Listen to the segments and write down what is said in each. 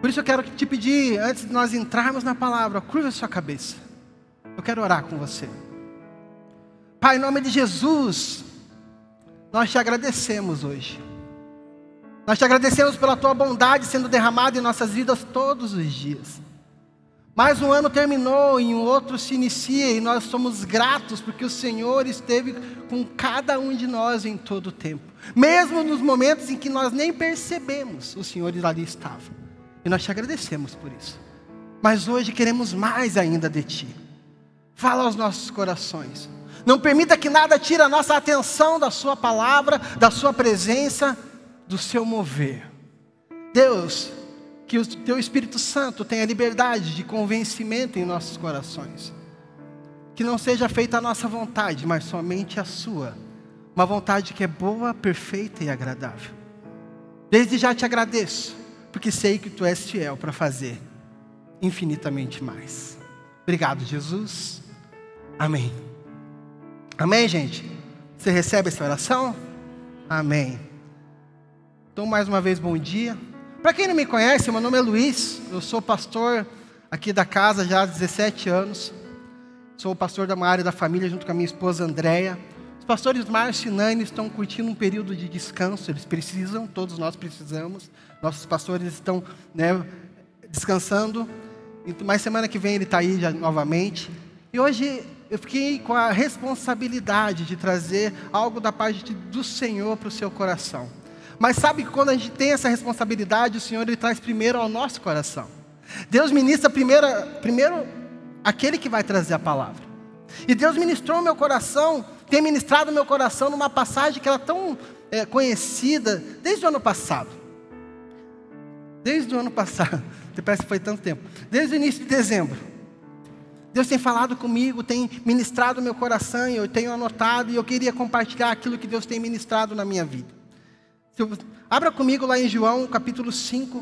Por isso eu quero te pedir, antes de nós entrarmos na palavra, curva a sua cabeça. Eu quero orar com você. Pai, em nome de Jesus, nós te agradecemos hoje. Nós te agradecemos pela tua bondade sendo derramada em nossas vidas todos os dias. Mais um ano terminou e um outro se inicia, e nós somos gratos porque o Senhor esteve com cada um de nós em todo o tempo. Mesmo nos momentos em que nós nem percebemos, o Senhor ali estava. E nós te agradecemos por isso. Mas hoje queremos mais ainda de ti. Fala aos nossos corações. Não permita que nada tire a nossa atenção da sua palavra, da sua presença, do seu mover. Deus, que o teu Espírito Santo tenha liberdade de convencimento em nossos corações. Que não seja feita a nossa vontade, mas somente a sua. Uma vontade que é boa, perfeita e agradável. Desde já te agradeço, porque sei que tu és fiel para fazer infinitamente mais. Obrigado, Jesus. Amém. Amém, gente? Você recebe essa oração? Amém. Então, mais uma vez, bom dia. Para quem não me conhece, meu nome é Luiz. Eu sou pastor aqui da casa já há 17 anos. Sou o pastor da uma área da família junto com a minha esposa Andréia. Os pastores Márcio e Nani estão curtindo um período de descanso. Eles precisam, todos nós precisamos. Nossos pastores estão, descansando. Mas semana que vem ele está aí já novamente. E hoje eu fiquei com a responsabilidade de trazer algo da parte do Senhor para o seu coração. Mas sabe que quando a gente tem essa responsabilidade, o Senhor ele traz primeiro ao nosso coração. Deus ministra primeiro aquele que vai trazer a palavra. E Deus ministrou o meu coração, tem ministrado o meu coração numa passagem que era tão conhecida desde o ano passado. Desde o ano passado, parece que foi tanto tempo. Desde o início de dezembro. Deus tem falado comigo, tem ministrado o meu coração, eu tenho anotado e eu queria compartilhar aquilo que Deus tem ministrado na minha vida. Abra comigo lá em João, capítulo 5,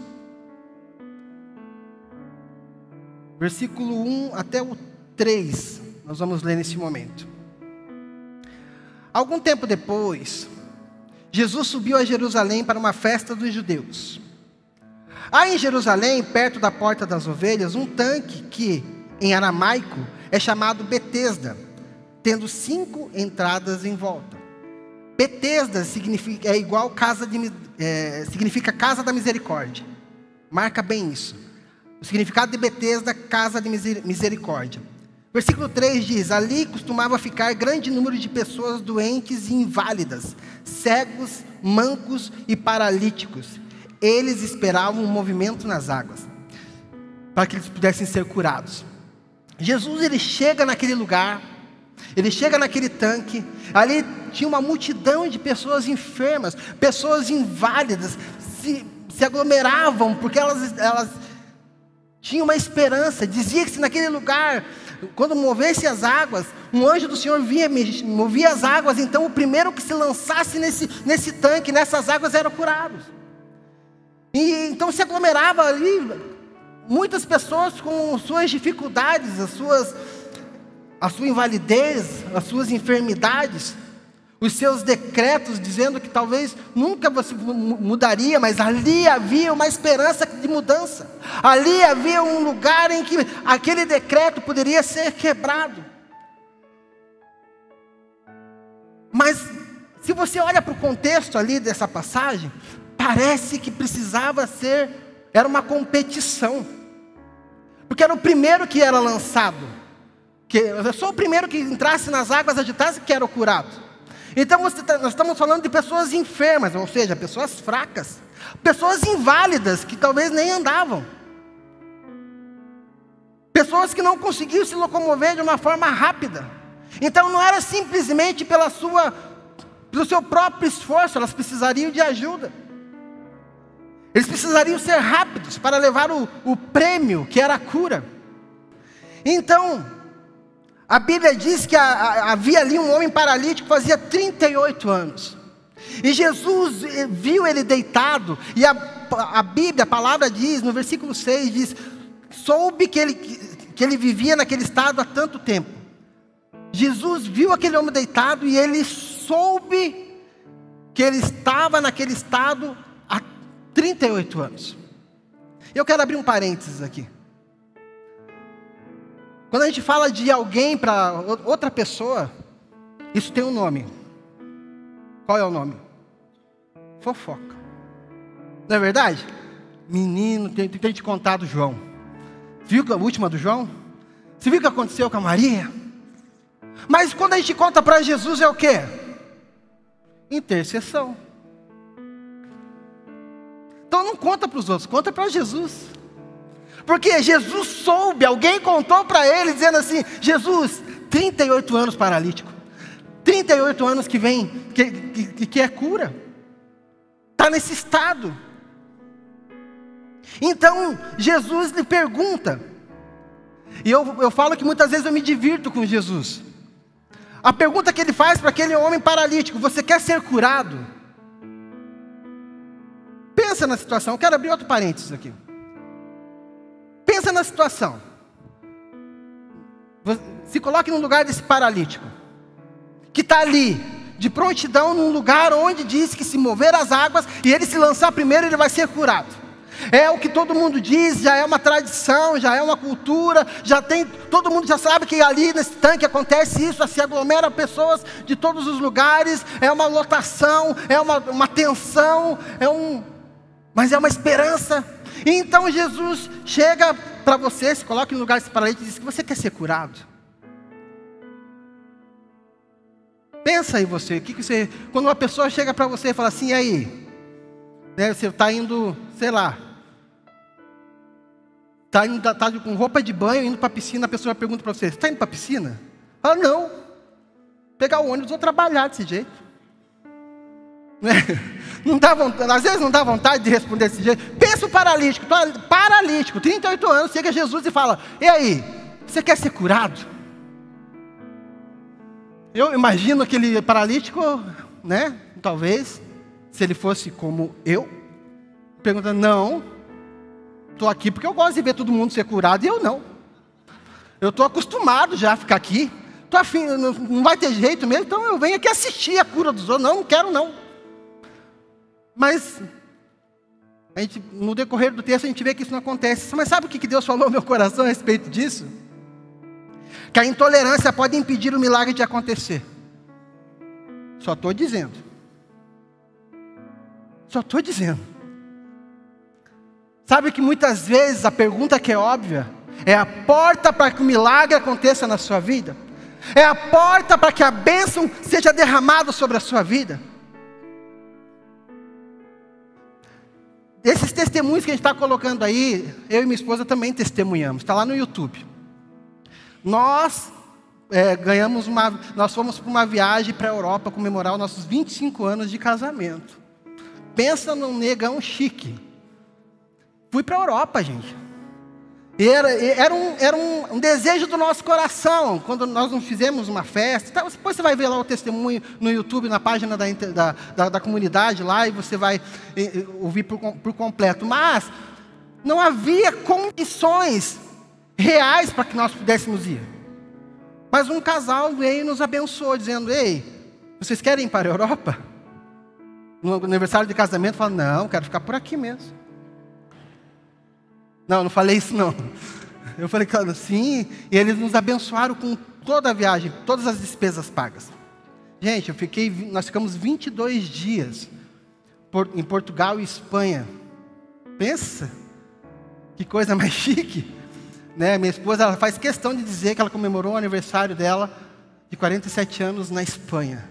versículo 1 até o 3, nós vamos ler nesse momento. Algum tempo depois, Jesus subiu a Jerusalém para uma festa dos judeus. Há em Jerusalém, perto da porta das ovelhas, um tanque que, em aramaico, é chamado Betesda, tendo 5 entradas em volta. Betesda significa casa da misericórdia. Marca bem isso. O significado de Betesda, casa de misericórdia. Versículo 3 diz: ali costumava ficar grande número de pessoas doentes e inválidas, cegos, mancos e paralíticos. Eles esperavam um movimento nas águas, para que eles pudessem ser curados. Jesus, ele chega naquele lugar, ele chega naquele tanque, ali tinha uma multidão de pessoas enfermas, pessoas inválidas, se aglomeravam, porque elas tinham uma esperança. Dizia que se naquele lugar, quando movesse as águas, um anjo do Senhor movia as águas, então o primeiro que se lançasse nesse tanque, nessas águas, eram curados. E então se aglomerava ali muitas pessoas com suas dificuldades, a sua invalidez, as suas enfermidades, os seus decretos dizendo que talvez nunca você mudaria, mas ali havia uma esperança de mudança. Ali havia um lugar em que aquele decreto poderia ser quebrado. Mas se você olha para o contexto ali dessa passagem, parece que era uma competição, porque era o primeiro que era lançado, só o primeiro que entrasse nas águas agitadas que era o curado. Então nós estamos falando de pessoas enfermas, ou seja, pessoas fracas, pessoas inválidas que talvez nem andavam, pessoas que não conseguiam se locomover de uma forma rápida. Então não era simplesmente pelo seu próprio esforço, elas precisariam de ajuda. Eles precisariam ser rápidos para levar o prêmio, que era a cura. Então, a Bíblia diz que havia ali um homem paralítico, fazia 38 anos. E Jesus viu ele deitado, e a Bíblia, a palavra diz, no versículo 6, diz: soube que ele vivia naquele estado há tanto tempo. Jesus viu aquele homem deitado e ele soube que ele estava naquele estado há 38 anos. Eu quero abrir um parênteses aqui. Quando a gente fala de alguém para outra pessoa, isso tem um nome. Qual é o nome? Fofoca. Não é verdade? Menino, tem que te contar do João. Viu a última do João? Você viu o que aconteceu com a Maria? Mas quando a gente conta para Jesus é o quê? Intercessão. Então não conta para os outros, conta para Jesus. Porque Jesus soube, alguém contou para ele, dizendo assim: Jesus, 38 anos paralítico, 38 anos que vem, que é cura, está nesse estado. Então Jesus lhe pergunta, e eu falo que muitas vezes eu me divirto com Jesus. A pergunta que ele faz para aquele homem paralítico: você quer ser curado? Pensa na situação, eu quero abrir outro parênteses aqui. Pensa na situação. Se coloque no lugar desse paralítico, que está ali, de prontidão, num lugar onde diz que se mover as águas, e ele se lançar primeiro, ele vai ser curado. É o que todo mundo diz, já é uma tradição, já é uma cultura, todo mundo já sabe que ali nesse tanque acontece isso, se aglomera pessoas de todos os lugares, é uma lotação, é uma tensão, mas é uma esperança. E então Jesus chega para você, se coloca no lugar desse paralítico e diz que você quer ser curado. Pensa aí você, quando uma pessoa chega para você e fala assim: e aí? Você está indo, sei lá, está com roupa de banho, indo para a piscina, a pessoa pergunta para você: você está indo para a piscina? Fala: não, pegar o ônibus ou trabalhar desse jeito. Não dá vontade, às vezes não dá vontade de responder desse jeito. Pensa o paralítico, 38 anos, chega Jesus e fala: e aí, você quer ser curado? Eu imagino aquele paralítico, né? Talvez, se ele fosse como eu, perguntando: não, estou aqui porque eu gosto de ver todo mundo ser curado, e eu não. Eu estou acostumado já a ficar aqui, estou afim, não vai ter jeito mesmo, então eu venho aqui assistir a cura dos outros. Não quero não. Mas no decorrer do texto a gente vê que isso não acontece. Mas sabe o que Deus falou no meu coração a respeito disso? Que a intolerância pode impedir o milagre de acontecer. Só estou dizendo. Sabe que muitas vezes a pergunta que é óbvia é a porta para que o milagre aconteça na sua vida. É a porta para que a bênção seja derramada sobre a sua vida. Esses testemunhos que a gente está colocando aí, eu e minha esposa também testemunhamos. Está lá no YouTube. Nós fomos para uma viagem para a Europa comemorar os nossos 25 anos de casamento. Pensa num negão chique. Fui para a Europa, gente. E era um desejo do nosso coração, quando nós não fizemos uma festa. Depois você vai ver lá o testemunho no YouTube, na página da comunidade lá, e você vai ouvir por completo. Mas não havia condições reais para que nós pudéssemos ir. Mas um casal veio e nos abençoou, dizendo: ei, vocês querem ir para a Europa? No aniversário de casamento, falaram: não, quero ficar por aqui mesmo. Não falei isso não. Eu falei: claro, sim. E eles nos abençoaram com toda a viagem, todas as despesas pagas. Gente, nós ficamos 22 dias em Portugal e Espanha. Pensa, que coisa mais chique, né? Minha esposa, ela faz questão de dizer que ela comemorou o aniversário dela de 47 anos na Espanha.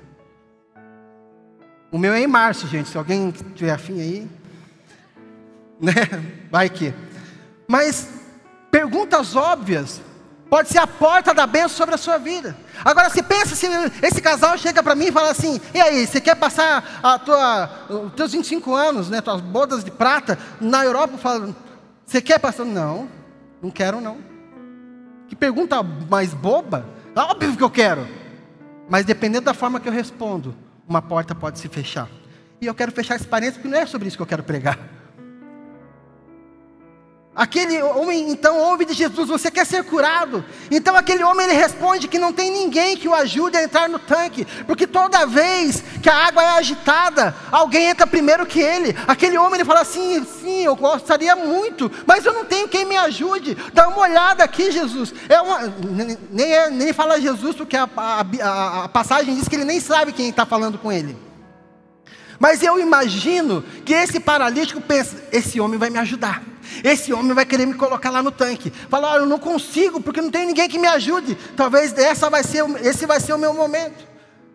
O meu é em março, gente, se alguém tiver afim aí, né? Vai que... Mas perguntas óbvias pode ser a porta da bênção sobre a sua vida. Agora, se pensa, se esse casal chega para mim e fala assim: e aí, você quer passar os teus 25 anos, né, tuas bodas de prata na Europa? Fala: você quer passar? Não quero não. Que pergunta mais boba. Óbvio que eu quero. Mas dependendo da forma que eu respondo, uma porta pode se fechar. E eu quero fechar esse parênteses porque não é sobre isso que eu quero pregar. Aquele homem então ouve de Jesus: você quer ser curado? Então aquele homem ele responde que não tem ninguém que o ajude a entrar no tanque, porque toda vez que a água é agitada, alguém entra primeiro que ele. Aquele homem ele fala assim: sim, eu gostaria muito, mas eu não tenho quem me ajude. Dá uma olhada aqui, Jesus. Nem fala Jesus, porque a passagem diz que ele nem sabe quem está falando com ele. Mas eu imagino que esse paralítico pensa: esse homem vai me ajudar, esse homem vai querer me colocar lá no tanque. Fala: olha, eu não consigo, porque não tem ninguém que me ajude. Talvez esse vai ser o meu momento.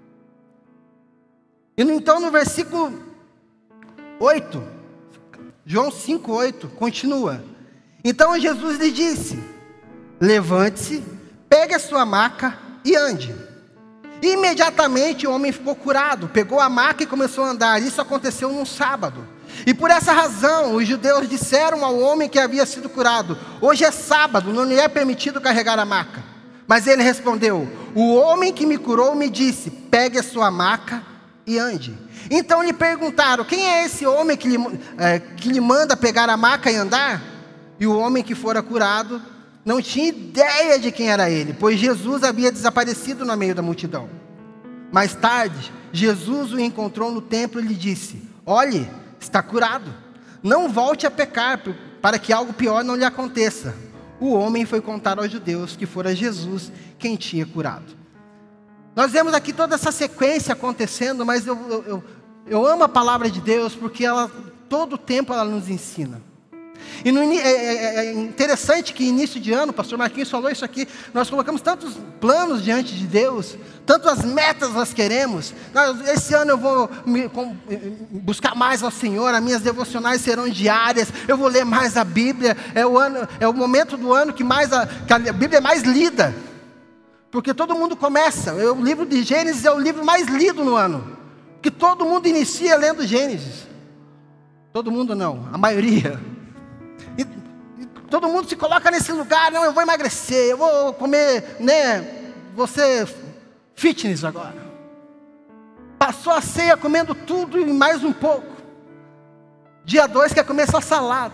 E então no versículo 8, João 5:8, continua: então Jesus lhe disse: levante-se, pegue a sua maca e ande. E imediatamente o homem ficou curado, pegou a maca e começou a andar. Isso aconteceu num sábado. E por essa razão os judeus disseram ao homem que havia sido curado: hoje é sábado, não lhe é permitido carregar a maca. Mas ele respondeu: o homem que me curou me disse: pegue a sua maca e ande. Então lhe perguntaram: quem é esse homem que lhe manda pegar a maca e andar? E o homem que fora curado não tinha ideia de quem era ele, pois Jesus havia desaparecido no meio da multidão. Mais tarde, Jesus o encontrou no templo e lhe disse: olhe, está curado, não volte a pecar, para que algo pior não lhe aconteça. O homem foi contar aos judeus que fora Jesus quem tinha curado. Nós vemos aqui toda essa sequência acontecendo, mas eu amo a palavra de Deus, porque todo o tempo ela nos ensina. E é interessante que início de ano, o pastor Marquinhos falou isso aqui, nós colocamos tantos planos diante de Deus, tantas metas nós queremos. Esse ano eu vou buscar mais ao Senhor, as minhas devocionais serão diárias, eu vou ler mais a Bíblia. É o momento do ano que a Bíblia é mais lida, porque todo mundo começa. O livro de Gênesis é o livro mais lido no ano, que todo mundo inicia lendo Gênesis. Todo mundo não, a maioria. E todo mundo se coloca nesse lugar: não, eu vou emagrecer, eu vou comer, vou ser fitness agora. Passou a ceia comendo tudo e mais um pouco. Dia 2 quer comer só salada,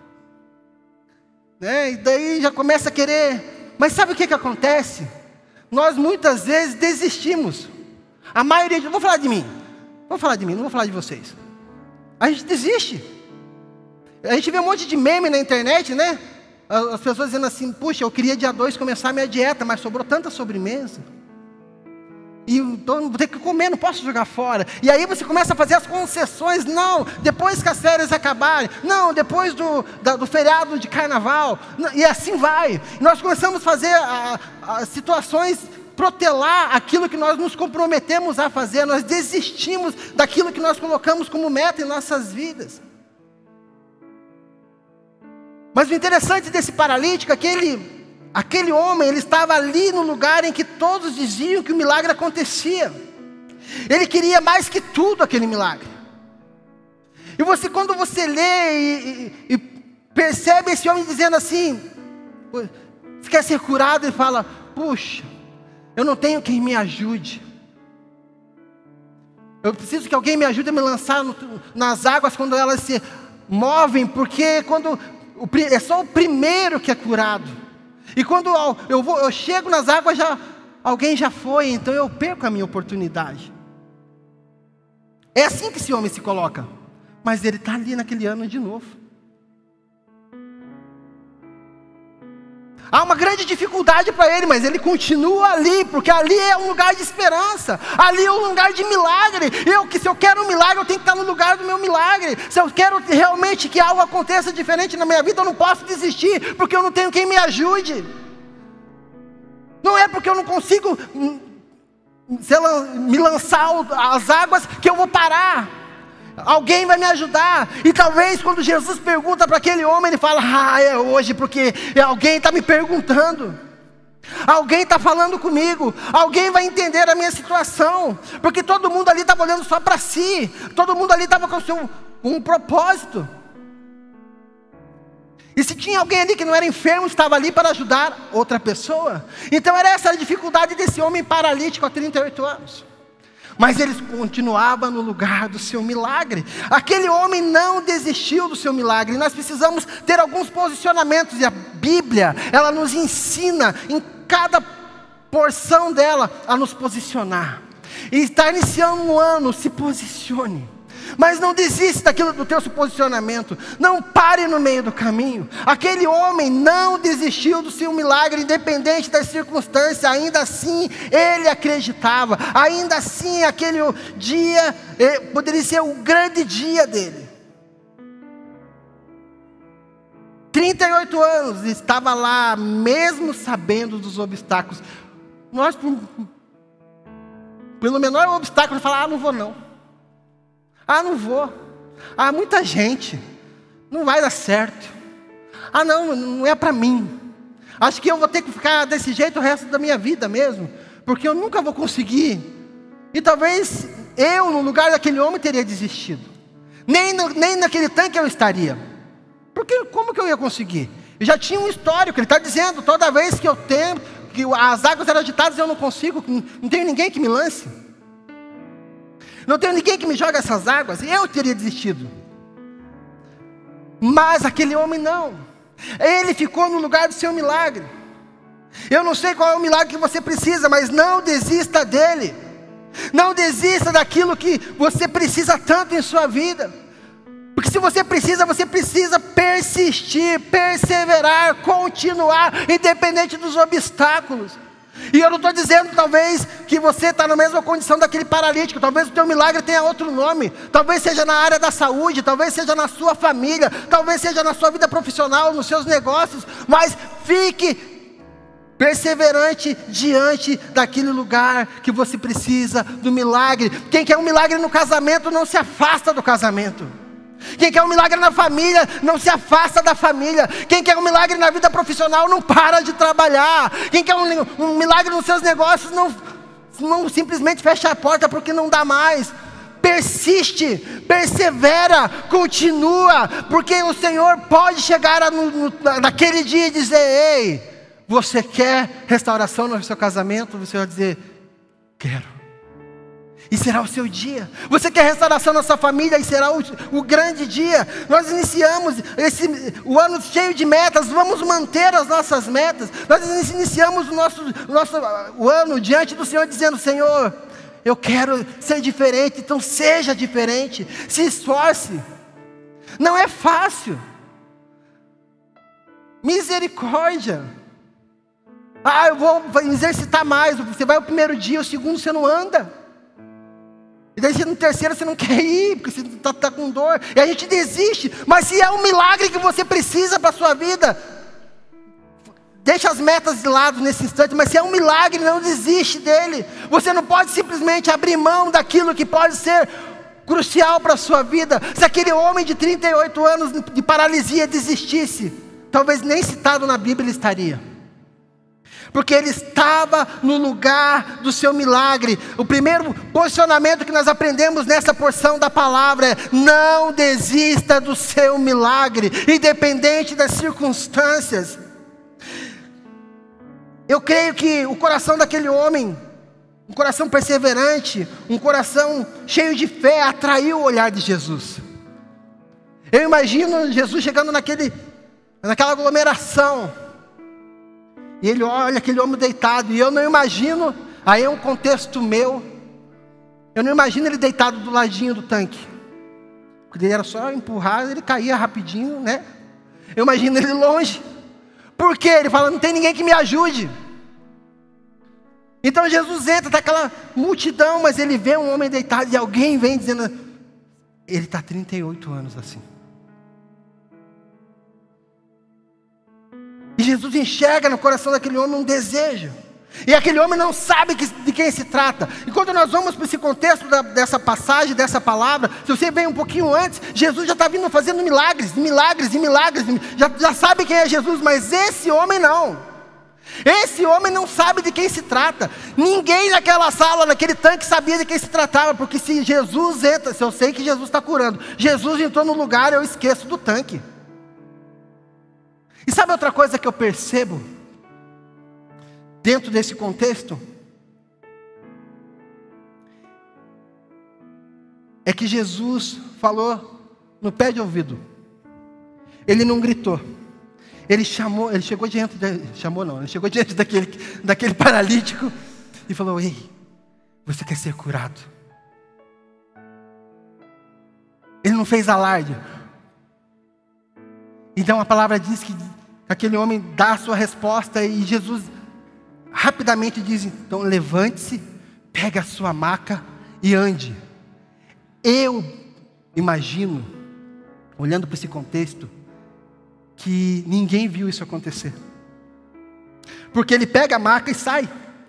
e daí já começa a querer. Mas sabe o que acontece? Nós muitas vezes desistimos. A maioria, vou falar de mim, não vou falar de vocês. A gente desiste. A gente vê um monte de meme na internet, as pessoas dizendo assim: puxa, eu queria dia 2 começar a minha dieta, mas sobrou tanta sobremesa, e então vou ter que comer, não posso jogar fora. E aí você começa a fazer as concessões: não, depois que as férias acabarem, não, depois do feriado de carnaval, e assim vai. Nós começamos a fazer as situações protelar aquilo que nós nos comprometemos a fazer. Nós desistimos daquilo que nós colocamos como meta em nossas vidas. Mas o interessante desse paralítico é que aquele homem, ele estava ali no lugar em que todos diziam que o milagre acontecia. Ele queria mais que tudo aquele milagre. E quando você lê e percebe esse homem dizendo assim: você quer ser curado? Ele fala: puxa, eu não tenho quem me ajude. Eu preciso que alguém me ajude a me lançar nas águas quando elas se movem, porque é só o primeiro que é curado. E quando eu chego nas águas, alguém já foi, então eu perco a minha oportunidade. É assim que esse homem se coloca. Mas ele está ali naquele ano de novo. Há uma grande dificuldade para ele, mas ele continua ali, porque ali é um lugar de esperança, ali é um lugar de milagre. Se eu quero um milagre, eu tenho que estar no lugar do meu milagre. Se eu quero realmente que algo aconteça diferente na minha vida, eu não posso desistir, porque eu não tenho quem me ajude. Não é porque eu não consigo me lançar às águas que eu vou parar. Alguém vai me ajudar. E talvez quando Jesus pergunta para aquele homem, ele fala: é hoje, porque alguém está me perguntando, alguém está falando comigo, alguém vai entender a minha situação. Porque todo mundo ali estava olhando só para si, todo mundo ali estava com um propósito. E se tinha alguém ali que não era enfermo, estava ali para ajudar outra pessoa. Então era essa a dificuldade desse homem paralítico há 38 anos. mas ele continuava no lugar do seu milagre. Aquele homem não desistiu do seu milagre. Nós precisamos ter alguns posicionamentos, e a Bíblia, ela nos ensina em cada porção dela a nos posicionar. E está iniciando um ano, se posicione. Mas não desista do teu posicionamento. Não pare no meio do caminho. Aquele homem não desistiu do seu milagre, independente das circunstâncias. Ainda assim, ele acreditava. Ainda assim, aquele dia poderia ser o grande dia dele. 38 anos, estava lá, mesmo sabendo dos obstáculos. Nós, pelo menor obstáculo, falava: não vou não. Não vou. Muita gente. Não vai dar certo. Não é para mim. Acho que eu vou ter que ficar desse jeito o resto da minha vida mesmo. Porque eu nunca vou conseguir. E talvez eu, no lugar daquele homem, teria desistido. Nem naquele tanque eu estaria. Porque como que eu ia conseguir? Eu já tinha um histórico. Ele está dizendo: toda vez que eu tenho, que as águas eram agitadas, eu não consigo. Não tenho ninguém que me lance. Não tenho ninguém que me jogue essas águas. Eu teria desistido. Mas aquele homem não. Ele ficou no lugar do seu milagre. Eu não sei qual é o milagre que você precisa, mas não desista dele. Não desista daquilo que você precisa tanto em sua vida. Porque se você precisa persistir, perseverar, continuar, independente dos obstáculos. E eu não estou dizendo talvez que você está na mesma condição daquele paralítico. Talvez o teu milagre tenha outro nome. Talvez seja na área da saúde, talvez seja na sua família, talvez seja na sua vida profissional, nos seus negócios. Mas fique perseverante diante daquele lugar que você precisa do milagre. Quem quer um milagre no casamento não se afasta do casamento. Quem quer um milagre na família, não se afasta da família. Quem quer um milagre na vida profissional, não para de trabalhar. Quem quer um milagre nos seus negócios, não simplesmente fecha a porta porque não dá mais. Persiste, persevera, continua. Porque o Senhor pode chegar naquele dia e dizer: ei, você quer restauração no seu casamento? Você vai dizer: quero. E será o seu dia. Você quer restauração na sua família? E será o grande dia. Nós iniciamos o ano cheio de metas. Vamos manter as nossas metas. Nós iniciamos o ano diante do Senhor, dizendo: Senhor, eu quero ser diferente. Então seja diferente. Se esforce. Não é fácil. Misericórdia. Eu vou exercitar mais. Você vai o primeiro dia, o segundo você não anda. E daí no terceiro você não quer ir, porque você está com dor. E a gente desiste. Mas se é um milagre que você precisa para a sua vida, deixa as metas de lado nesse instante. Mas se é um milagre, não desiste dele. Você não pode simplesmente abrir mão daquilo que pode ser crucial para a sua vida. Se aquele homem de 38 anos de paralisia desistisse, talvez nem citado na Bíblia ele estaria. Porque ele estava no lugar do seu milagre. O primeiro posicionamento que nós aprendemos nessa porção da palavra é: não desista do seu milagre, independente das circunstâncias. Eu creio que o coração daquele homem, um coração perseverante, um coração cheio de fé, atraiu o olhar de Jesus. Eu imagino Jesus chegando naquela aglomeração. E ele olha aquele homem deitado. E eu não imagino, aí é um contexto meu, eu não imagino ele deitado do ladinho do tanque. Porque ele era só empurrar, ele caía rapidinho, né? Eu imagino ele longe. Por quê? Ele fala: não tem ninguém que me ajude. Então Jesus entra, está aquela multidão, mas ele vê um homem deitado e alguém vem dizendo: ele está 38 anos assim. E Jesus enxerga no coração daquele homem um desejo. E aquele homem não sabe de quem se trata. E quando nós vamos para esse contexto dessa passagem, dessa palavra, se você vem um pouquinho antes, Jesus já está vindo fazendo milagres, milagres e milagres. Já sabe quem é Jesus, mas esse homem não. Esse homem não sabe de quem se trata. Ninguém naquela sala, naquele tanque, sabia de quem se tratava. Porque se Jesus entra, se eu sei que Jesus está curando, Jesus entrou no lugar, eu esqueço do tanque. E sabe outra coisa que eu percebo dentro desse contexto? é que Jesus falou no pé de ouvido. Ele não gritou. Ele chegou diante daquele paralítico e falou: ei, você quer ser curado? Ele não fez alarde. Então a palavra diz que aquele homem dá a sua resposta e Jesus rapidamente diz: então levante-se, pegue a sua maca e ande. Eu imagino, olhando para esse contexto, que ninguém viu isso acontecer. Porque ele pega a maca e sai.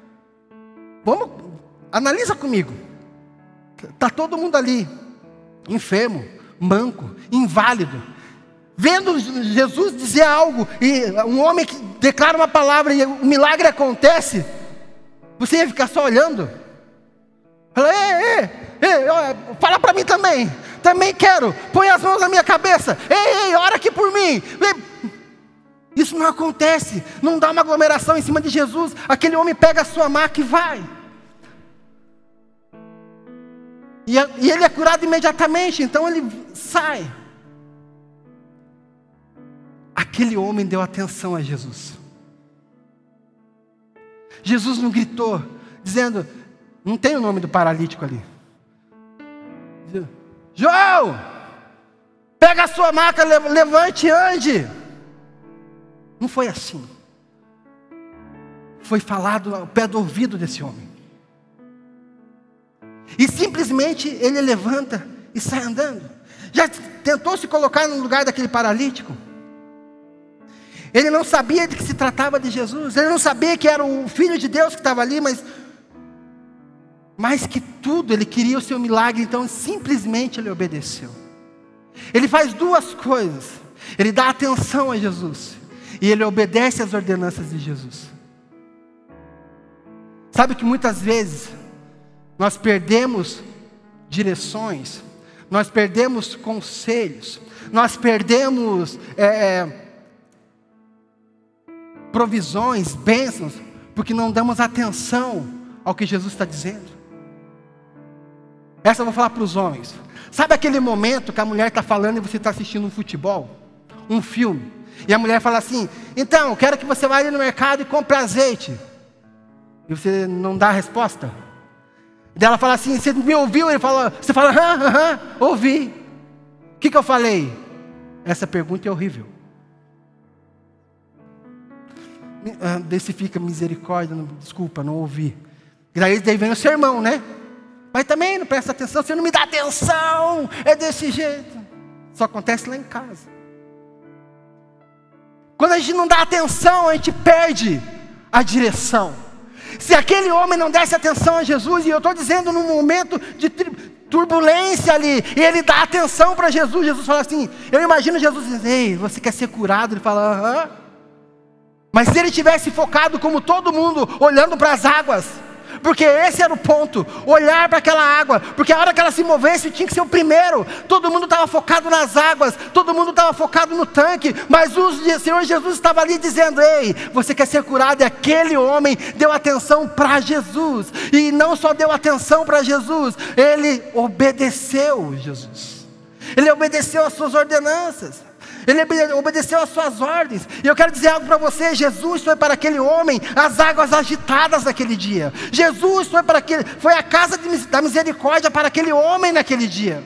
Analisa comigo. Está todo mundo ali, enfermo, manco, inválido, vendo Jesus dizer algo, e um homem que declara uma palavra e o milagre acontece. Você ia ficar só olhando? Fala: fala para mim também quero, põe as mãos na minha cabeça, ora aqui por mim. Isso não acontece, não dá uma aglomeração em cima de Jesus. Aquele homem pega a sua maca e vai. E ele é curado imediatamente, então ele sai. Aquele homem deu atenção a Jesus. Jesus não gritou, dizendo, não tem o nome do paralítico ali. João, pega a sua maca, levante e ande. Não foi assim. Foi falado ao pé do ouvido desse homem. E simplesmente ele levanta e sai andando. Já tentou se colocar no lugar daquele paralítico? Ele não sabia de que se tratava de Jesus. Ele não sabia que era o Filho de Deus que estava ali, mas mais que tudo, ele queria o seu milagre. Então simplesmente ele obedeceu. Ele faz duas coisas. Ele dá atenção a Jesus e ele obedece às ordenanças de Jesus. Sabe que muitas vezes nós perdemos direções, nós perdemos conselhos, nós perdemos provisões, bênçãos, porque não damos atenção ao que Jesus está dizendo. Essa eu vou falar para os homens. Sabe aquele momento que a mulher está falando e você está assistindo um futebol, um filme, e a mulher fala assim: então, quero que você vá ali no mercado e compre azeite. E você não dá a resposta. Daí ela fala assim: você me ouviu? Você fala: ouvi. O que eu falei? Essa pergunta é horrível. Daí você fica: misericórdia, desculpa, não ouvi. E daí vem o sermão, né? Mas também não presta atenção, você não me dá atenção, é desse jeito. Só acontece lá em casa. Quando a gente não dá atenção, a gente perde a direção. Se aquele homem não desse atenção a Jesus, e eu estou dizendo num momento de turbulência ali, e ele dá atenção para Jesus, Jesus fala assim, eu imagino Jesus dizendo: ei, você quer ser curado? Ele fala: aham. Mas se ele tivesse focado como todo mundo, olhando para as águas, porque esse era o ponto, olhar para aquela água, porque a hora que ela se movesse tinha que ser o primeiro. Todo mundo estava focado nas águas, todo mundo estava focado no tanque, mas o Senhor Jesus estava ali dizendo: ei, você quer ser curado? E aquele homem deu atenção para Jesus, e não só deu atenção para Jesus, ele obedeceu Jesus, ele obedeceu às suas ordenanças, ele obedeceu às suas ordens. E eu quero dizer algo para você: Jesus foi para aquele homem as águas agitadas naquele dia. Jesus foi a casa da misericórdia para aquele homem naquele dia.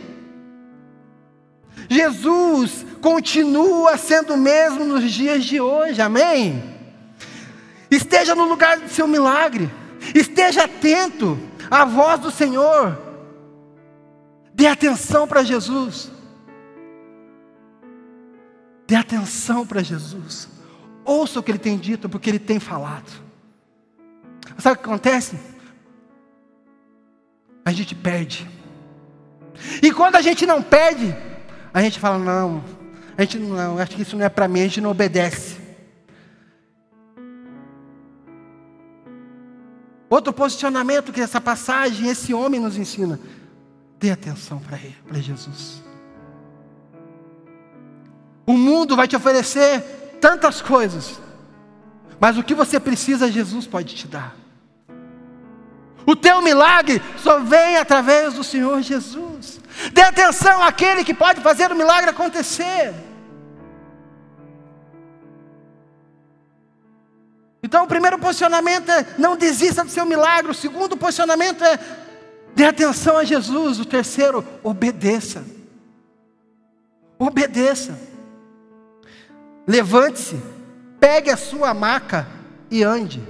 Jesus continua sendo o mesmo nos dias de hoje, amém? Esteja no lugar do seu milagre, esteja atento à voz do Senhor, dê atenção para Jesus. Dê atenção para Jesus. Ouça o que Ele tem dito, porque Ele tem falado. Sabe o que acontece? A gente perde. E quando a gente não perde, a gente fala: não, acho que isso não é para mim, a gente não obedece. Outro posicionamento que essa passagem, esse homem nos ensina: dê atenção para Jesus. O mundo vai te oferecer tantas coisas, mas o que você precisa, Jesus pode te dar. O teu milagre só vem através do Senhor Jesus. Dê atenção àquele que pode fazer o milagre acontecer. Então o primeiro posicionamento é: não desista do seu milagre. O segundo posicionamento é: dê atenção a Jesus. O terceiro: obedeça. Obedeça. Levante-se, pegue a sua maca e ande.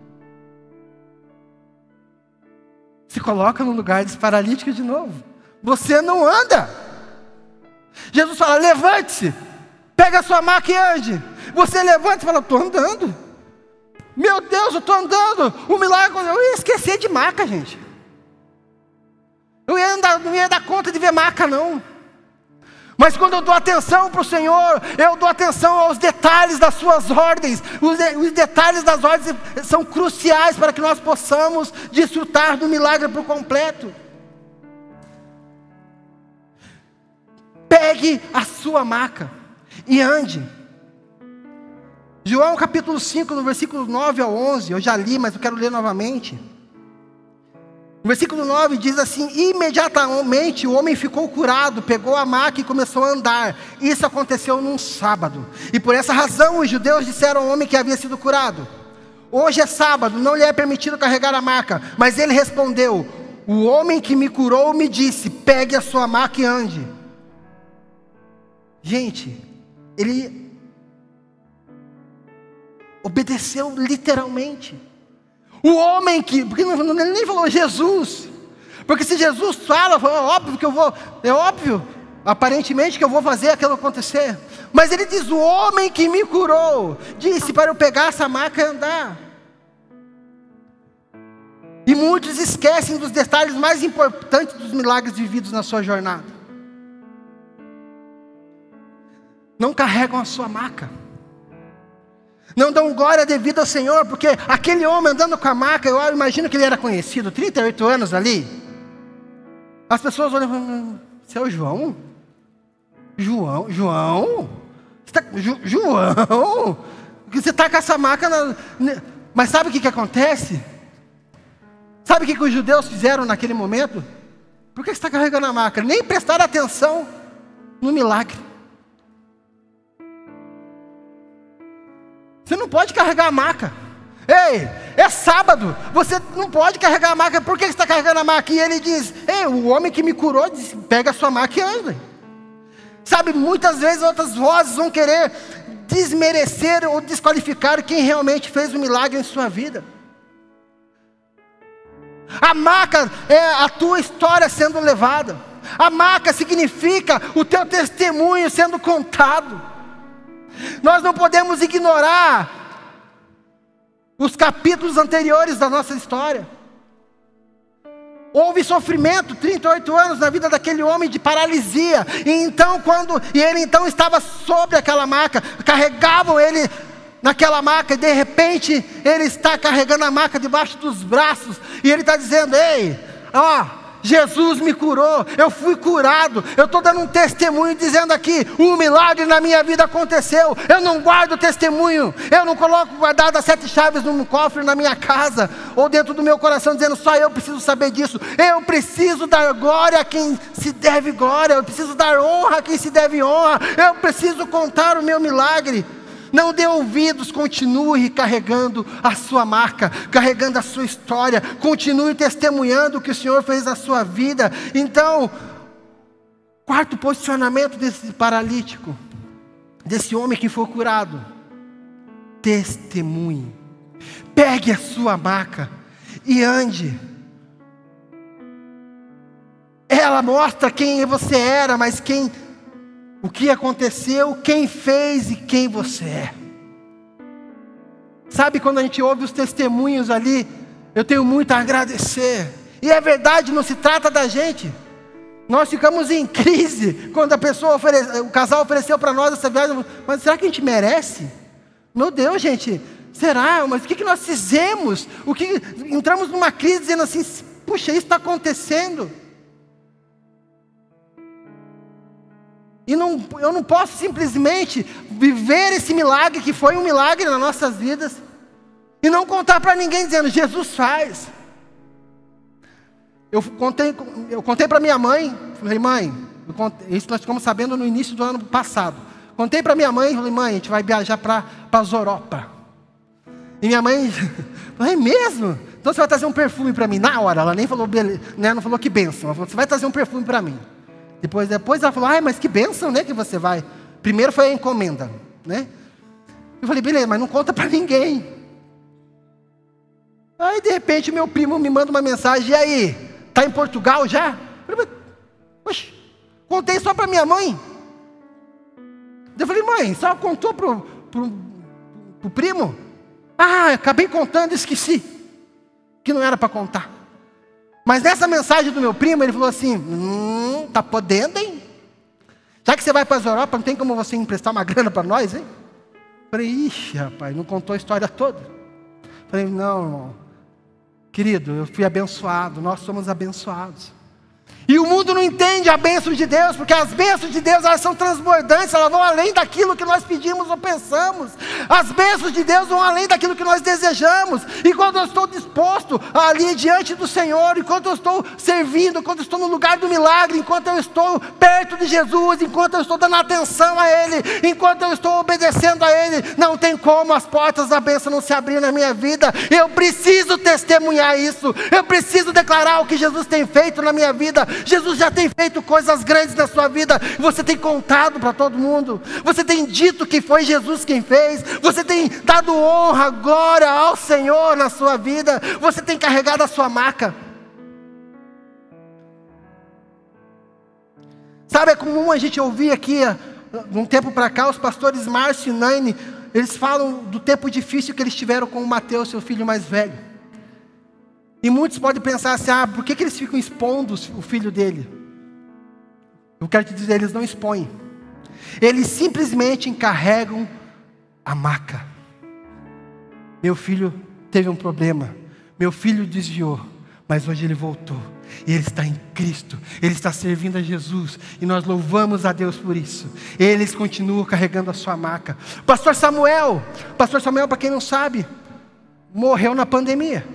Se coloca no lugar desse paralítico de novo. Você não anda. Jesus fala: levante-se, pega a sua maca e ande. Você levanta e fala: estou andando. Meu Deus, eu estou andando. O milagre, eu ia esquecer de maca, gente. Eu ia andar, não ia dar conta de ver maca, não. Mas quando eu dou atenção para o Senhor, eu dou atenção aos detalhes das suas ordens. Os detalhes das ordens são cruciais para que nós possamos desfrutar do milagre por completo. Pegue a sua maca e ande. João capítulo 5, no versículo 9 ao 11, eu já li, mas eu quero ler novamente. No versículo 9 diz assim: imediatamente o homem ficou curado, pegou a maca e começou a andar. Isso aconteceu num sábado. E por essa razão os judeus disseram ao homem que havia sido curado: hoje é sábado, não lhe é permitido carregar a maca. Mas ele respondeu: o homem que me curou me disse: pegue a sua maca e ande. Gente, ele obedeceu literalmente. O homem que, porque ele nem falou Jesus, porque se Jesus fala, é óbvio que eu vou, é óbvio, aparentemente que eu vou fazer aquilo acontecer. Mas ele diz: o homem que me curou disse para eu pegar essa maca e andar. E muitos esquecem dos detalhes mais importantes dos milagres vividos na sua jornada. Não carregam a sua maca. Não dão glória devida ao Senhor, porque aquele homem andando com a maca, eu imagino que ele era conhecido, 38 anos ali. As pessoas olham e falam: você é o João? João? João? João? Você está com essa maca Mas sabe o que acontece? Sabe o que os judeus fizeram naquele momento? Por que você está carregando a maca? Nem prestaram atenção no milagre. Você não pode carregar a maca. Ei, é sábado, você não pode carregar a maca. Por que você está carregando a maca? E ele diz: ei, o homem que me curou disse: pega a sua maca e anda. Sabe, muitas vezes outras vozes vão querer desmerecer ou desqualificar quem realmente fez o milagre em sua vida. A maca é a tua história sendo levada. A maca significa o teu testemunho sendo contado. Nós não podemos ignorar os capítulos anteriores da nossa história. Houve sofrimento, 38 anos na vida daquele homem de paralisia. E ele então estava sobre aquela maca, carregavam ele naquela maca, e de repente ele está carregando a maca debaixo dos braços, e ele está dizendo: ei, Jesus me curou, eu fui curado. Eu estou dando um testemunho dizendo aqui: um milagre na minha vida aconteceu. Eu não guardo testemunho, eu não coloco guardado as 7 chaves num cofre na minha casa, ou dentro do meu coração dizendo: só eu preciso saber disso. Eu preciso dar glória a quem se deve glória, eu preciso dar honra a quem se deve honra, eu preciso contar o meu milagre. Não dê ouvidos, continue carregando a sua marca, carregando a sua história, continue testemunhando o que o Senhor fez na sua vida. Então, quarto posicionamento desse paralítico, desse homem que foi curado: testemunhe. Pegue a sua maca e ande. Ela mostra quem você era, mas o que aconteceu, quem fez e quem você é. Sabe, quando a gente ouve os testemunhos ali, eu tenho muito a agradecer. E é verdade, não se trata da gente. Nós ficamos em crise quando o casal ofereceu para nós essa viagem. Mas será que a gente merece? Meu Deus, gente, será? Mas o que nós fizemos? Entramos numa crise dizendo assim: puxa, isso está acontecendo. E eu não posso simplesmente viver esse milagre, que foi um milagre nas nossas vidas, e não contar para ninguém dizendo: Jesus faz. Eu contei para minha mãe, falei, mãe, isso nós ficamos sabendo no início do ano passado. Contei para minha mãe, falei, mãe, a gente vai viajar para Europa. E minha mãe falou, é mesmo? Então você vai trazer um perfume para mim. Na hora, ela nem falou, né, não falou que bênção. Ela falou, você vai trazer um perfume para mim. Depois ela falou, mas que bênção, né, que você vai. Primeiro foi a encomenda, né? Eu falei, beleza, mas não conta para ninguém. Aí de repente meu primo me manda uma mensagem, e aí? Está em Portugal já? Eu falei, oxe, contei só para minha mãe. Eu falei, mãe, só contou pro primo? Acabei contando e esqueci. Que não era para contar. Mas nessa mensagem do meu primo, ele falou assim, tá podendo, hein? Já que você vai para a Europa, não tem como você emprestar uma grana para nós, hein? Eu falei, ixi, rapaz, não contou a história toda. Eu falei, não, irmão. Querido, eu fui abençoado, nós somos abençoados. E o mundo não entende a bênção de Deus, porque as bênçãos de Deus, elas são transbordantes, elas vão além daquilo que nós pedimos ou pensamos. As bênçãos de Deus vão além daquilo que nós desejamos. E quando eu estou disposto ali diante do Senhor, enquanto eu estou servindo, enquanto eu estou no lugar do milagre, enquanto eu estou perto de Jesus, enquanto eu estou dando atenção a Ele, enquanto eu estou obedecendo a Ele, não tem como as portas da bênção não se abrir na minha vida. Eu preciso testemunhar isso, eu preciso declarar o que Jesus tem feito na minha vida. Jesus já tem feito coisas grandes na sua vida, você tem contado para todo mundo, você tem dito que foi Jesus quem fez, você tem dado honra, glória ao Senhor na sua vida, você tem carregado a sua maca. Sabe, é comum a gente ouvir aqui, de um tempo para cá, os pastores Márcio e Naine, eles falam do tempo difícil que eles tiveram com o Mateus, seu filho mais velho. E muitos podem pensar assim, por que eles ficam expondo o filho dele? Eu quero te dizer, eles não expõem. Eles simplesmente encarregam a maca. Meu filho teve um problema, meu filho desviou, mas hoje ele voltou. E ele está em Cristo, ele está servindo a Jesus, e nós louvamos a Deus por isso. Eles continuam carregando a sua maca. Pastor Samuel, para quem não sabe, morreu na pandemia.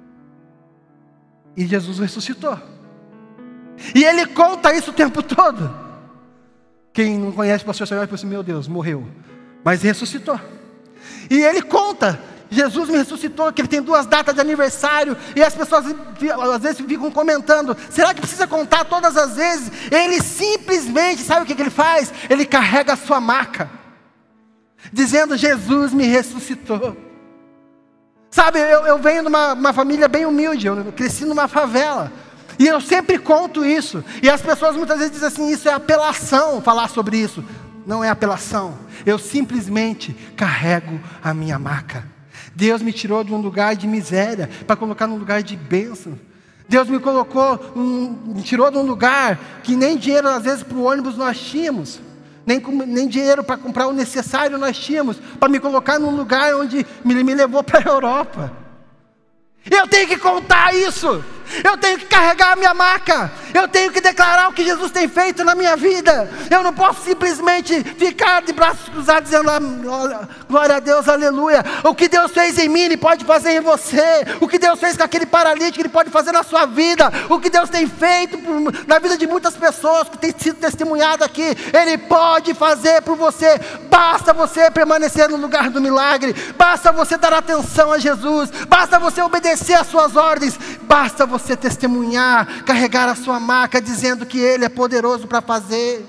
E Jesus ressuscitou. E ele conta isso o tempo todo. Quem não conhece o pastor Samuel pensa assim, meu Deus, morreu. Mas ressuscitou. E ele conta, Jesus me ressuscitou, que ele tem 2 datas de aniversário. E as pessoas às vezes ficam comentando, será que precisa contar todas as vezes? Ele simplesmente, sabe o que ele faz? Ele carrega a sua maca, dizendo, Jesus me ressuscitou. Sabe, eu venho de uma família bem humilde, eu cresci numa favela, e eu sempre conto isso, e as pessoas muitas vezes dizem assim, isso é apelação, falar sobre isso. Não é apelação, eu simplesmente carrego a minha maca. Deus me tirou de um lugar de miséria, para colocar num lugar de bênção. Deus me tirou de um lugar, que nem dinheiro às vezes para o ônibus nós tínhamos. Nem dinheiro para comprar o necessário nós tínhamos, para me colocar num lugar onde me levou para a Europa. Eu tenho que contar isso, eu tenho que carregar a minha maca, eu tenho que declarar o que Jesus tem feito na minha vida. Eu não posso simplesmente ficar de braços cruzados dizendo, glória a Deus, aleluia. O que Deus fez em mim, Ele pode fazer em você. O que Deus fez com aquele paralítico, Ele pode fazer na sua vida. O que Deus tem feito na vida de muitas pessoas que tem sido testemunhado aqui, Ele pode fazer por você. Basta você permanecer no lugar do milagre, basta você dar atenção a Jesus, basta você obedecer às suas ordens, basta você testemunhar, carregar a sua maca, dizendo que Ele é poderoso para fazer.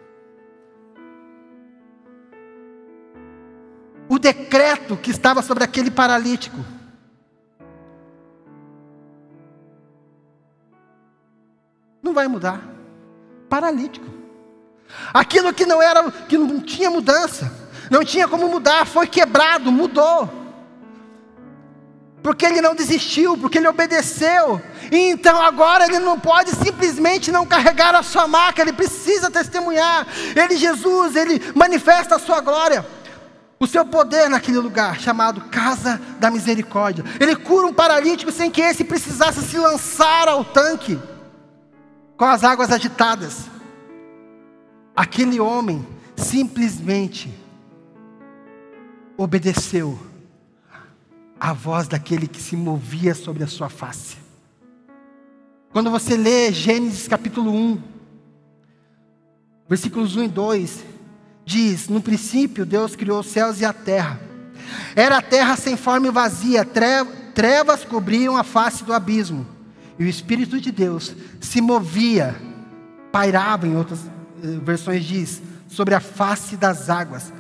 O decreto que estava sobre aquele paralítico não vai mudar. Paralítico. Aquilo que não tinha mudança, não tinha como mudar, foi quebrado, mudou. Porque ele não desistiu, porque ele obedeceu. E então agora ele não pode simplesmente não carregar a sua maca, ele precisa testemunhar. Jesus, ele manifesta a sua glória, o seu poder naquele lugar chamado Casa da Misericórdia. Ele cura um paralítico sem que esse precisasse se lançar ao tanque com as águas agitadas. Aquele homem simplesmente obedeceu a voz daquele que se movia sobre a sua face. Quando você lê Gênesis capítulo 1, versículos 1 e 2, diz: no princípio Deus criou os céus e a terra. Era a terra sem forma e vazia, trevas cobriam a face do abismo, e o Espírito de Deus se movia, pairava, em outras versões diz, sobre a face das águas.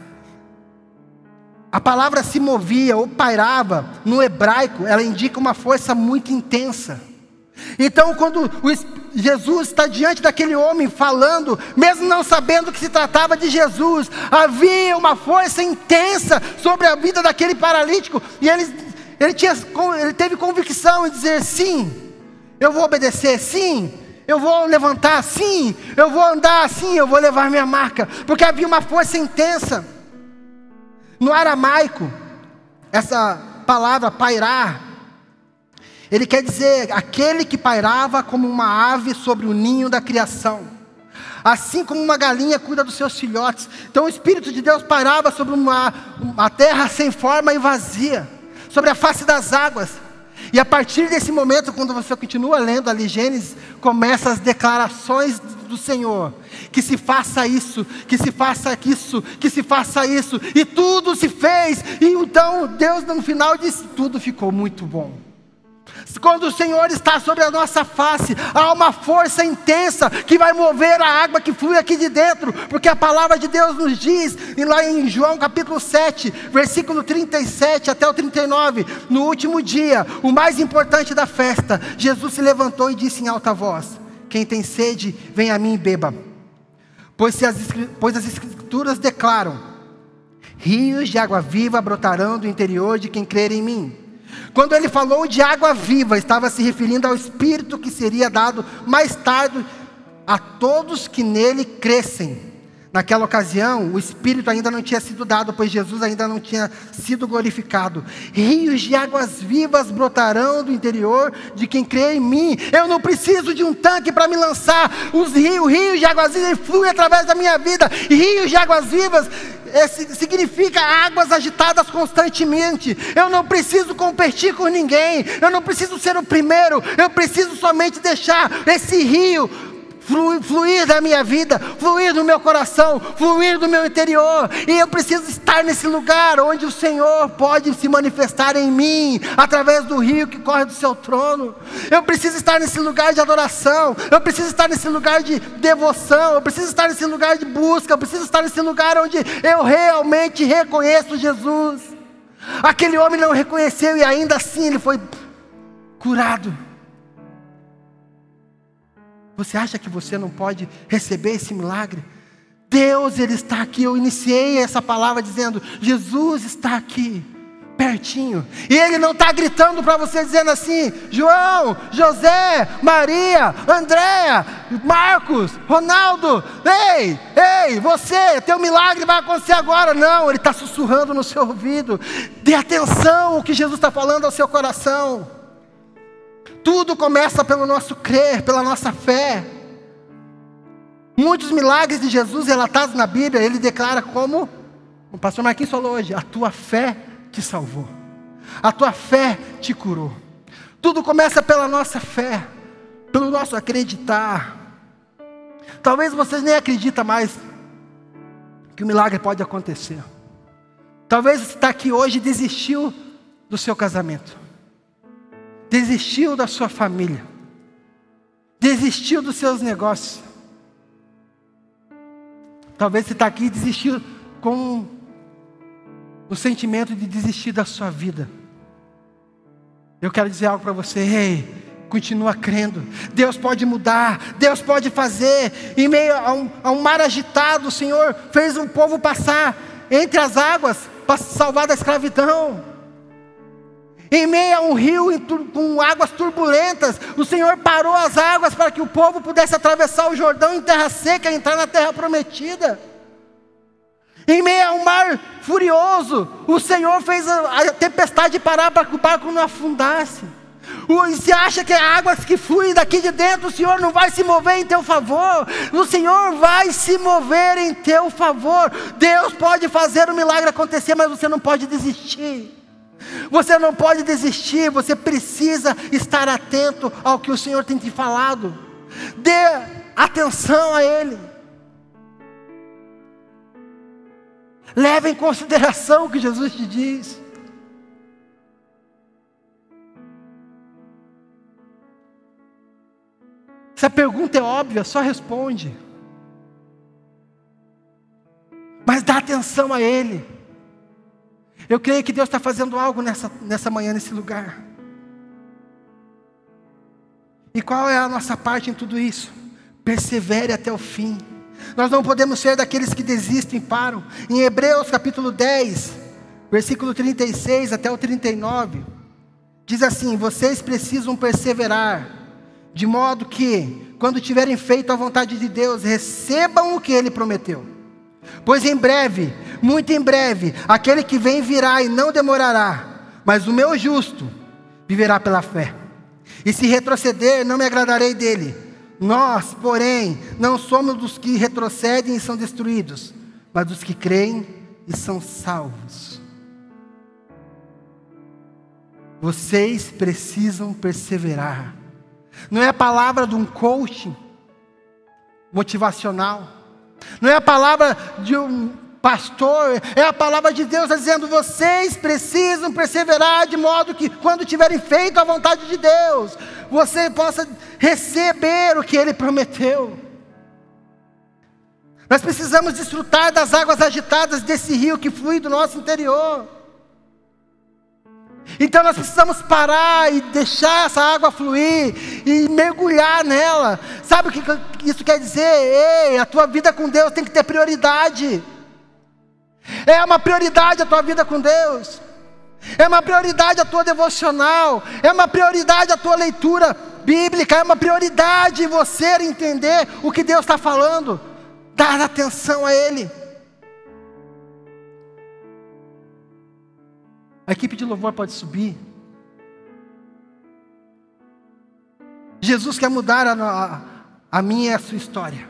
A palavra se movia ou pairava, no hebraico, ela indica uma força muito intensa. Então, quando Jesus está diante daquele homem falando, mesmo não sabendo que se tratava de Jesus, havia uma força intensa sobre a vida daquele paralítico, e ele teve convicção em dizer: sim, eu vou obedecer, sim, eu vou levantar, sim, eu vou andar, sim, eu vou levar minha marca, porque havia uma força intensa. No aramaico, essa palavra pairar, ele quer dizer aquele que pairava como uma ave sobre o ninho da criação, assim como uma galinha cuida dos seus filhotes. Então o Espírito de Deus pairava sobre uma terra sem forma e vazia, sobre a face das águas. E a partir desse momento, quando você continua lendo ali Gênesis, começam as declarações do Senhor: que se faça isso, que se faça isso, que se faça isso, e tudo se fez. E então Deus no final disse: tudo ficou muito bom. Quando o Senhor está sobre a nossa face, há uma força intensa que vai mover a água que flui aqui de dentro, porque a palavra de Deus nos diz, e lá em João capítulo 7, versículo 37 até o 39, no último dia, o mais importante da festa, Jesus se levantou e disse em alta voz: quem tem sede, vem a mim e beba. Pois as Escrituras declaram: rios de água viva brotarão do interior de quem crer em mim. Quando ele falou de água viva, estava se referindo ao Espírito que seria dado mais tarde a todos que nele crescem. Naquela ocasião, o Espírito ainda não tinha sido dado, pois Jesus ainda não tinha sido glorificado. Rios de águas vivas brotarão do interior de quem crê em mim. Eu não preciso de um tanque para me lançar. Os rios de águas vivas fluem através da minha vida. Rios de águas vivas significa águas agitadas constantemente. Eu não preciso competir com ninguém. Eu não preciso ser o primeiro. Eu preciso somente deixar esse rio fluir da minha vida, fluir do meu coração, fluir do meu interior. E eu preciso estar nesse lugar onde o Senhor pode se manifestar em mim, através do rio que corre do seu trono. Eu preciso estar nesse lugar de adoração, eu preciso estar nesse lugar de devoção, eu preciso estar nesse lugar de busca, eu preciso estar nesse lugar onde eu realmente reconheço Jesus. Aquele homem não reconheceu e ainda assim ele foi curado. Você acha que você não pode receber esse milagre? Deus, Ele está aqui. Eu iniciei essa palavra dizendo: Jesus está aqui, pertinho. E Ele não está gritando para você dizendo assim: João, José, Maria, Andréa, Marcos, Ronaldo, ei, você, teu milagre vai acontecer agora. Não, Ele está sussurrando no seu ouvido. Dê atenção ao que Jesus está falando ao seu coração. Tudo começa pelo nosso crer, pela nossa fé. Muitos milagres de Jesus relatados na Bíblia, ele declara como o pastor Marquinhos falou hoje: a tua fé te salvou, a tua fé te curou. Tudo começa pela nossa fé, pelo nosso acreditar. Talvez vocês nem acreditem mais que o milagre pode acontecer. Talvez você está aqui hoje e desistiu do seu casamento, desistiu da sua família, desistiu dos seus negócios. Talvez você está aqui e desistiu com o sentimento de desistir da sua vida. Eu quero dizer algo para você: continua crendo. Deus pode mudar, Deus pode fazer. Em meio a um mar agitado, o Senhor fez um povo passar entre as águas para se salvar da escravidão. Em meio a um rio com águas turbulentas, o Senhor parou as águas para que o povo pudesse atravessar o Jordão em terra seca e entrar na terra prometida. Em meio a um mar furioso, o Senhor fez a tempestade parar para que o barco não afundasse. Você acha que águas que fluem daqui de dentro, o Senhor não vai se mover em teu favor? O Senhor vai se mover em teu favor. Deus pode fazer o milagre acontecer, mas você não pode desistir. Você não pode desistir, você precisa estar atento ao que o Senhor tem te falado. Dê atenção a Ele. Leve em consideração o que Jesus te diz. Se a pergunta é óbvia, só responde. Mas dá atenção a Ele. Eu creio que Deus está fazendo algo nessa manhã, nesse lugar. E qual é a nossa parte em tudo isso? Persevere até o fim. Nós não podemos ser daqueles que desistem e param. Em Hebreus capítulo 10, versículo 36 até o 39, diz assim: vocês precisam perseverar, de modo que, quando tiverem feito a vontade de Deus, recebam o que Ele prometeu. Pois em breve, muito em breve, aquele que vem virá e não demorará, mas o meu justo viverá pela fé. E se retroceder, não me agradarei dele. Nós, porém, não somos dos que retrocedem e são destruídos, mas dos que creem e são salvos. Vocês precisam perseverar. Não é a palavra de um coaching motivacional, não é a palavra de um pastor, é a palavra de Deus dizendo: vocês precisam perseverar, de modo que quando tiverem feito a vontade de Deus, você possa receber o que Ele prometeu. Nós precisamos desfrutar das águas agitadas desse rio que flui do nosso interior. Então nós precisamos parar e deixar essa água fluir e mergulhar nela. Sabe o que isso quer dizer? Ei, a tua vida com Deus tem que ter prioridade. É uma prioridade a tua vida com Deus. É uma prioridade a tua devocional. É uma prioridade a tua leitura bíblica. É uma prioridade você entender o que Deus está falando. Dar atenção a Ele. A equipe de louvor pode subir. Jesus quer mudar a minha e a sua história.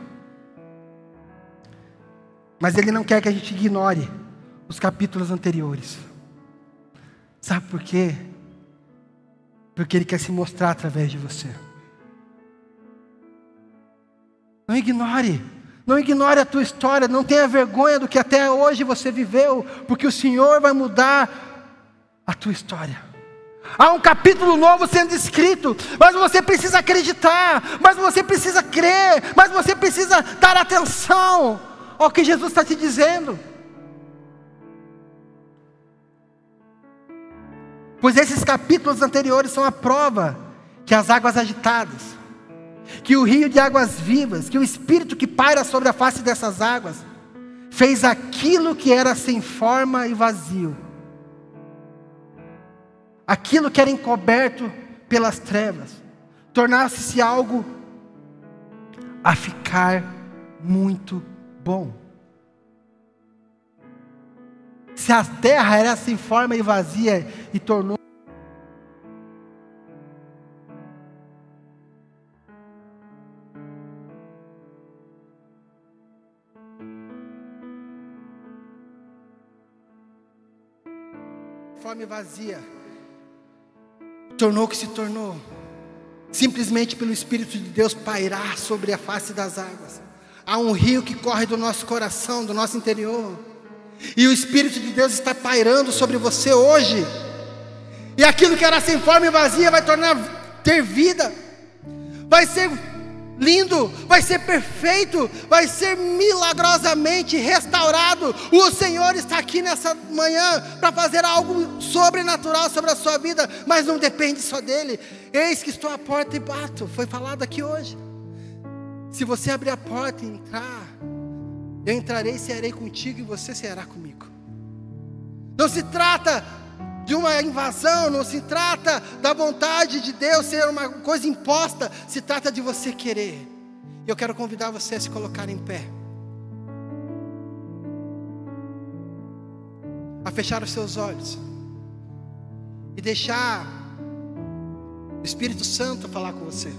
Mas Ele não quer que a gente ignore os capítulos anteriores. Sabe por quê? Porque Ele quer se mostrar através de você. Não ignore. Não ignore a tua história. Não tenha vergonha do que até hoje você viveu. Porque o Senhor vai mudar a tua história. Há um capítulo novo sendo escrito, mas você precisa acreditar, mas você precisa crer, mas você precisa dar atenção ao que Jesus está te dizendo. Pois esses capítulos anteriores são a prova que as águas agitadas, que o rio de águas vivas, que o Espírito que paira sobre a face dessas águas, fez aquilo que era sem forma e vazio. Aquilo que era encoberto pelas trevas, tornasse-se algo a ficar muito bom. Se a terra era sem forma e vazia e tornou forma e vazia, tornou o que se tornou, simplesmente pelo Espírito de Deus pairar sobre a face das águas. Há um rio que corre do nosso coração, do nosso interior, e o Espírito de Deus está pairando sobre você hoje, e aquilo que era sem forma e vazia vai ter vida, vai ser lindo, vai ser perfeito, vai ser milagrosamente restaurado. O Senhor está aqui nessa manhã para fazer algo sobrenatural sobre a sua vida, mas não depende só dele. Eis que estou à porta e bato, foi falado aqui hoje. Se você abrir a porta e entrar, eu entrarei e cearei contigo e você ceará comigo. Não se trata de uma invasão, não se trata da vontade de Deus ser uma coisa imposta, se trata de você querer. Eu quero convidar você a se colocar em pé, a fechar os seus olhos e deixar o Espírito Santo falar com você,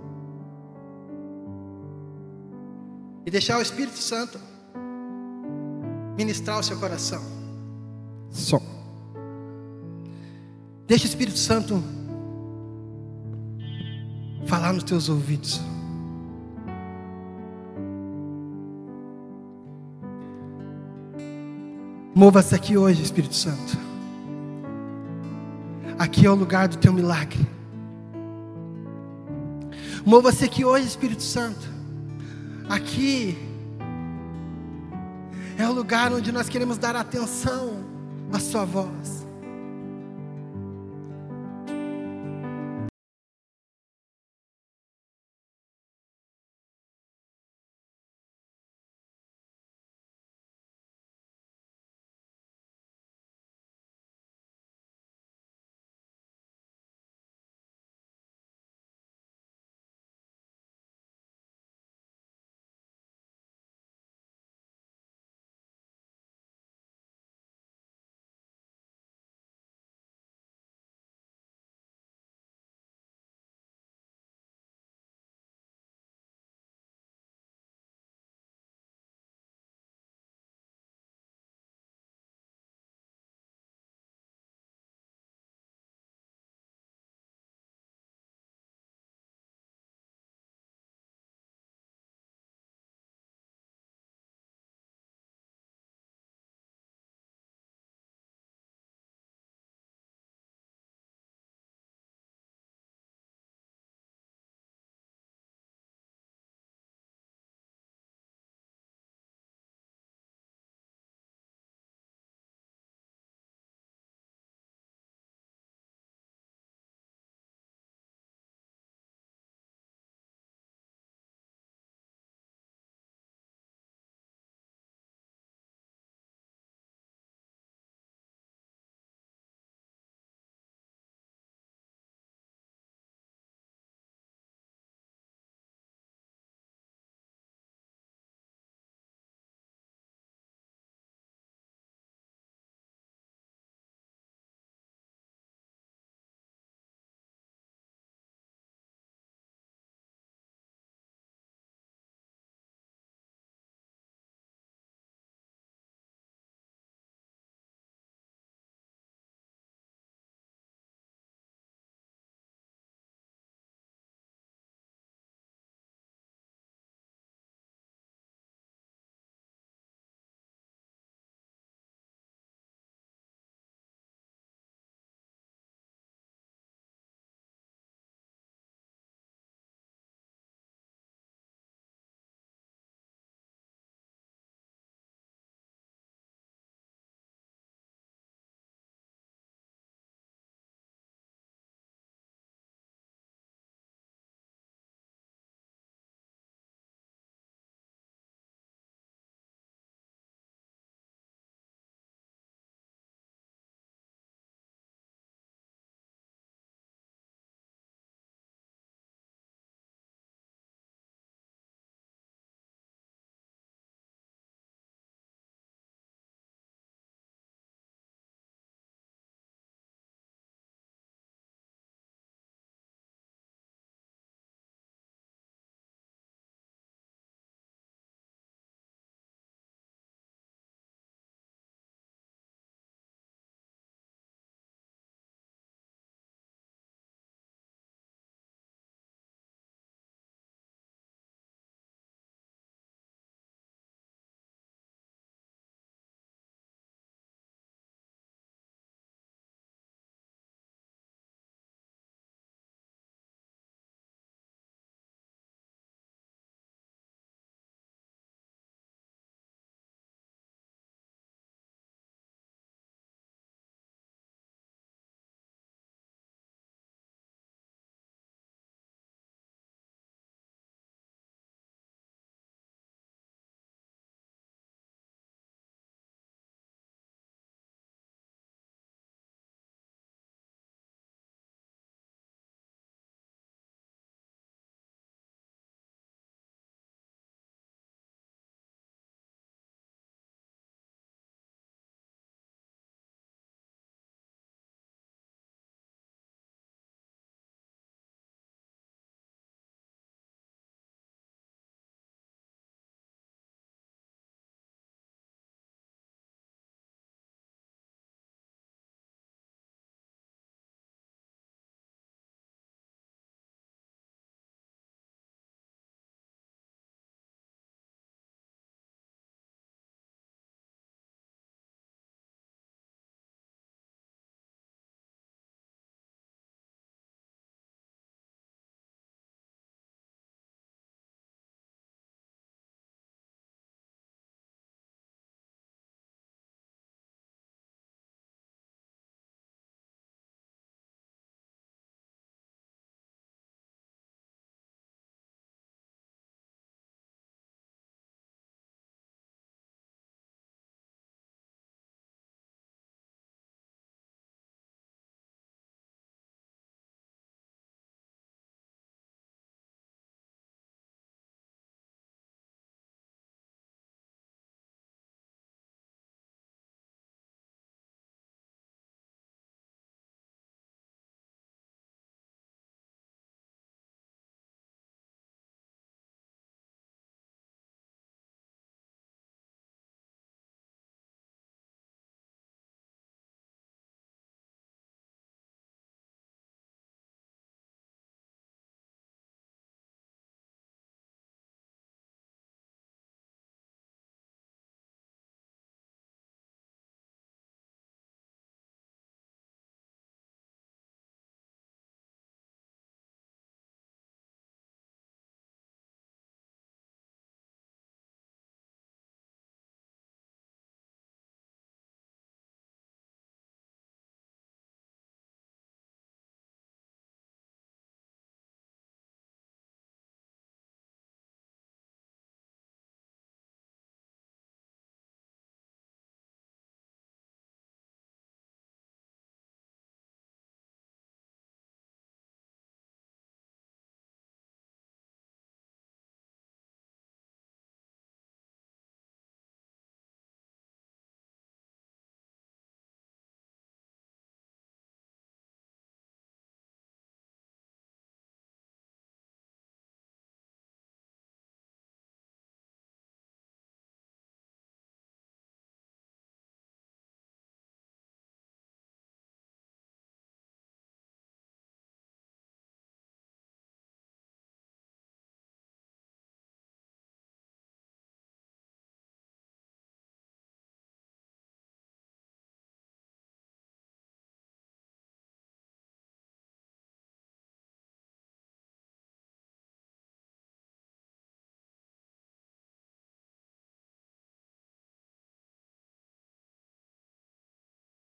e deixar o Espírito Santo ministrar o seu coração. Só Deixa o Espírito Santo falar nos teus ouvidos. Mova-se aqui hoje, Espírito Santo. Aqui é o lugar do teu milagre. Mova-se aqui hoje, Espírito Santo. Aqui é o lugar onde nós queremos dar atenção à sua voz.